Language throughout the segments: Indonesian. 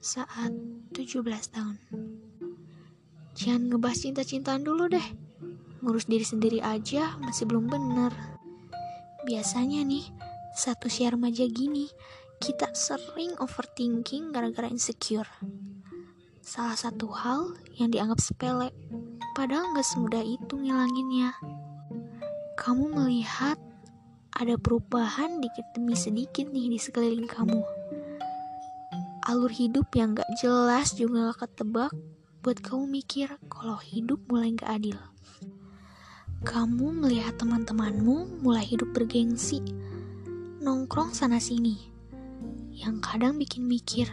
saat 17 tahun. Jangan ngebahas cinta-cintaan dulu deh. Ngurus diri sendiri aja masih belum bener. Biasanya nih, saat usia remaja gini, kita sering overthinking gara-gara insecure. Salah satu hal yang dianggap sepele, padahal gak semudah itu ngilanginnya. Kamu melihat ada perubahan dikit demi sedikit nih di sekeliling kamu. Alur hidup yang gak jelas juga gak ketebak buat kamu mikir kalau hidup mulai gak adil. Kamu melihat teman-temanmu mulai hidup bergengsi, nongkrong sana-sini, yang kadang bikin mikir,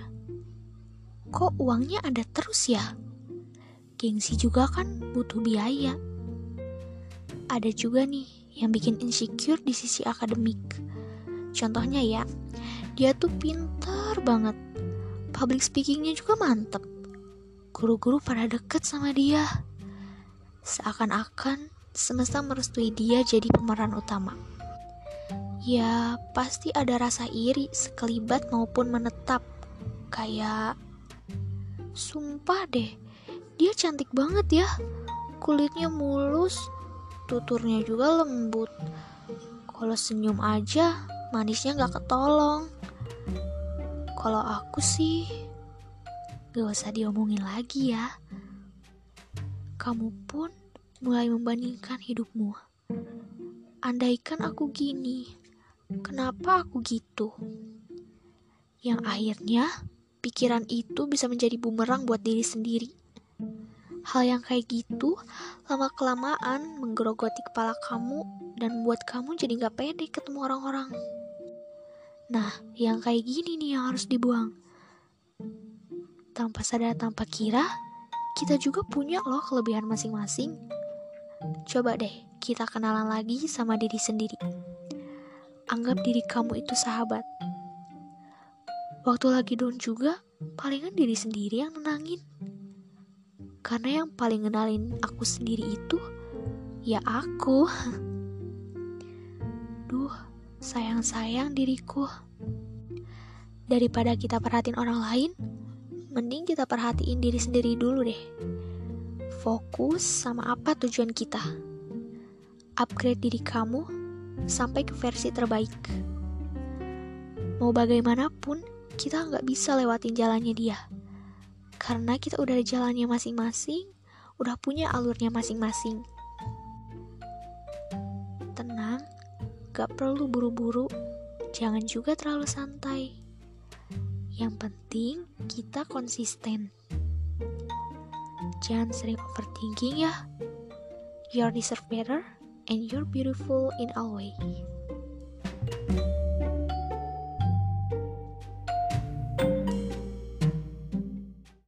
kok uangnya ada terus ya? Gengsi juga kan butuh biaya. Ada juga nih yang bikin insecure di sisi akademik. Contohnya ya, dia tuh pintar banget, public speakingnya juga mantep. Guru-guru pada deket sama dia. Seakan-akan semesta merestui dia jadi pemeran utama. Ya, pasti ada rasa iri sekelibat maupun menetap. Kayak, sumpah deh, dia cantik banget ya. Kulitnya mulus, tuturnya juga lembut. Kalau senyum aja, manisnya gak ketolong. Kalau aku sih, gak usah diomongin lagi ya. Kamu pun mulai membandingkan hidupmu. Andaikan aku gini, kenapa aku gitu? Yang akhirnya, pikiran itu bisa menjadi bumerang buat diri sendiri. Hal yang kayak gitu, lama-kelamaan menggerogoti kepala kamu dan membuat kamu jadi gak pede ketemu orang-orang. Nah, yang kayak gini nih yang harus dibuang. Tanpa sadar tanpa kira, kita juga punya loh kelebihan masing-masing. Coba deh kita kenalan lagi sama diri sendiri. Anggap diri kamu itu sahabat. Waktu lagi down juga, palingan diri sendiri yang nenangin. Karena yang paling ngenalin aku sendiri itu, ya aku. Duh, sayang-sayang diriku. Daripada kita perhatiin orang lain, mending kita perhatiin diri sendiri dulu deh. Fokus sama apa tujuan kita. Upgrade diri kamu sampai ke versi terbaik. Mau bagaimanapun, kita gak bisa lewatin jalannya dia. Karena kita udah ada jalannya masing-masing, udah punya alurnya masing-masing. Tenang, gak perlu buru-buru, jangan juga terlalu santai. Yang penting kita konsisten. Jangan sering overthinking ya. You deserve better and you're beautiful in all way.